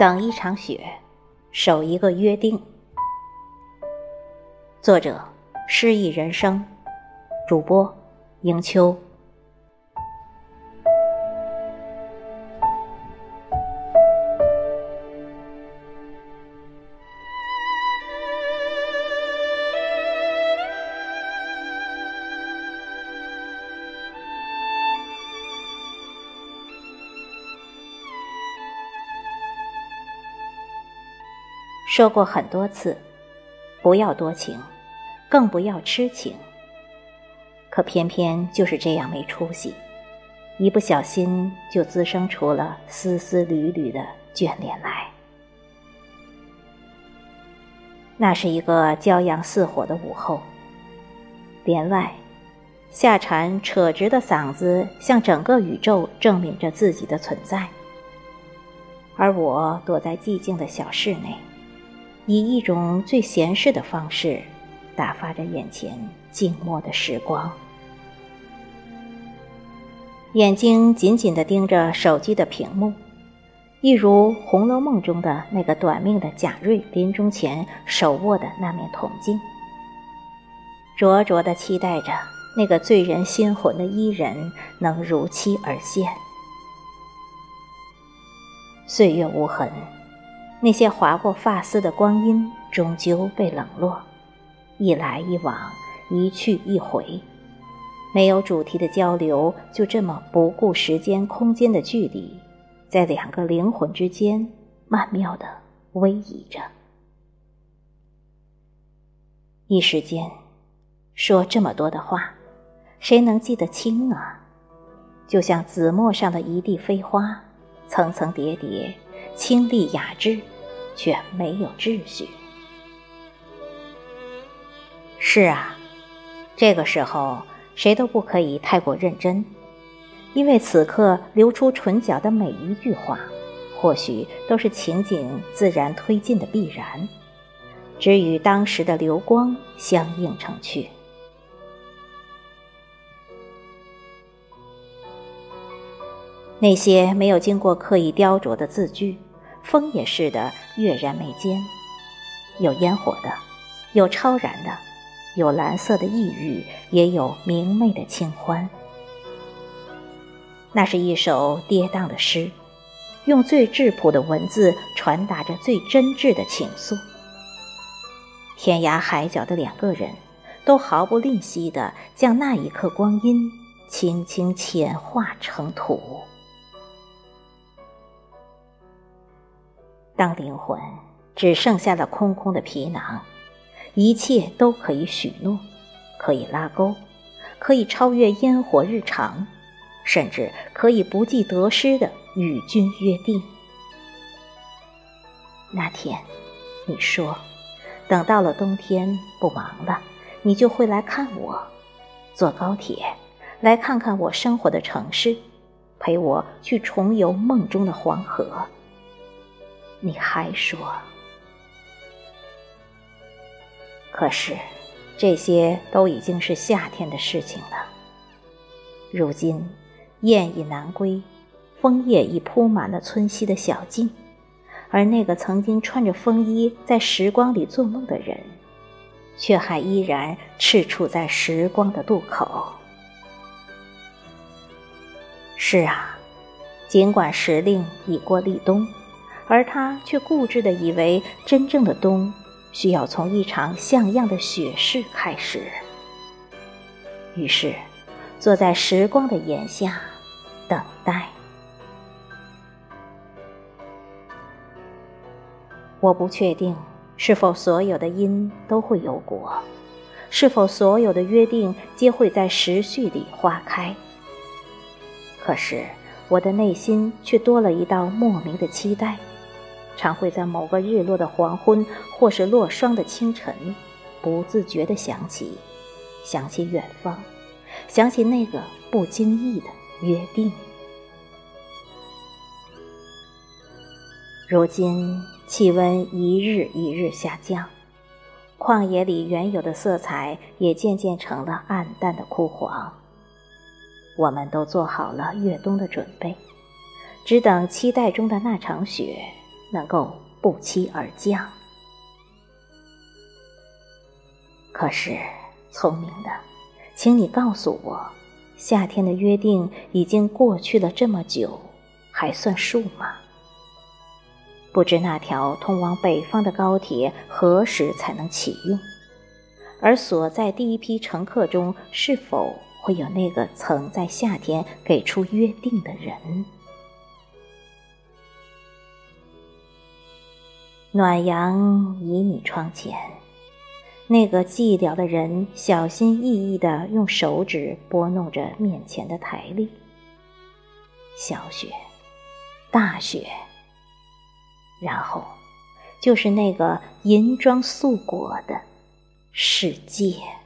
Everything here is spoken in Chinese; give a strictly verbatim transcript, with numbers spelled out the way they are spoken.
等一场雪，守一个约定。作者：诗意人生，主播：迎秋。说过很多次，不要多情，更不要痴情。可偏偏就是这样没出息，一不小心就滋生出了丝丝缕缕的眷恋来。那是一个骄阳似火的午后，帘外夏蝉扯直的嗓子向整个宇宙证明着自己的存在，而我躲在寂静的小室内，以一种最闲适的方式打发着眼前静默的时光，眼睛紧紧地盯着手机的屏幕，一如《红楼梦》中的那个短命的贾瑞临终前手握的那面铜镜，灼灼地期待着那个醉人心魂的伊人能如期而现。岁月无痕，那些划过发丝的光阴终究被冷落，一来一往，一去一回，没有主题的交流，就这么不顾时间空间的距离，在两个灵魂之间曼妙地微移着。一时间说这么多的话，谁能记得清啊？就像紫陌上的一地飞花，层层叠叠，清丽雅致，却没有秩序。是啊，这个时候谁都不可以太过认真，因为此刻流出唇角的每一句话，或许都是情景自然推进的必然，只与当时的流光相映成趣。那些没有经过刻意雕琢的字句，风也似的跃然眉间，有烟火的，有超然的，有蓝色的抑郁，也有明媚的清欢。那是一首跌宕的诗，用最质朴的文字传达着最真挚的情愫。天涯海角的两个人，都毫不吝惜地将那一刻光阴轻轻浅化成土。当灵魂只剩下了空空的皮囊，一切都可以许诺，可以拉钩，可以超越烟火日常，甚至可以不计得失地与君约定。那天你说，等到了冬天不忙了，你就会来看我，坐高铁来看看我生活的城市，陪我去重游梦中的黄河。你还说，可是这些都已经是夏天的事情了。如今雁已南归，枫叶已铺满了村西的小径，而那个曾经穿着风衣在时光里做梦的人，却还依然踟蹰在时光的渡口。是啊，尽管时令已过立冬，而他却固执地以为真正的冬需要从一场像样的雪试开始。于是坐在时光的檐下等待。我不确定是否所有的因都会有果，是否所有的约定皆会在时序里花开。可是我的内心却多了一道莫名的期待，常会在某个日落的黄昏，或是落霜的清晨，不自觉地想起，想起远方，想起那个不经意的约定。如今气温一日一日下降，旷野里原有的色彩也渐渐成了暗淡的枯黄。我们都做好了越冬的准备，只等期待中的那场雪能够不期而降。可是，聪明的，请你告诉我，夏天的约定已经过去了这么久，还算数吗？不知那条通往北方的高铁何时才能启用？而所在第一批乘客中，是否会有那个曾在夏天给出约定的人？暖阳旖旎窗前，那个寂寥的人小心翼翼地用手指拨弄着面前的台历。小雪，大雪，然后就是那个银装素裹的世界。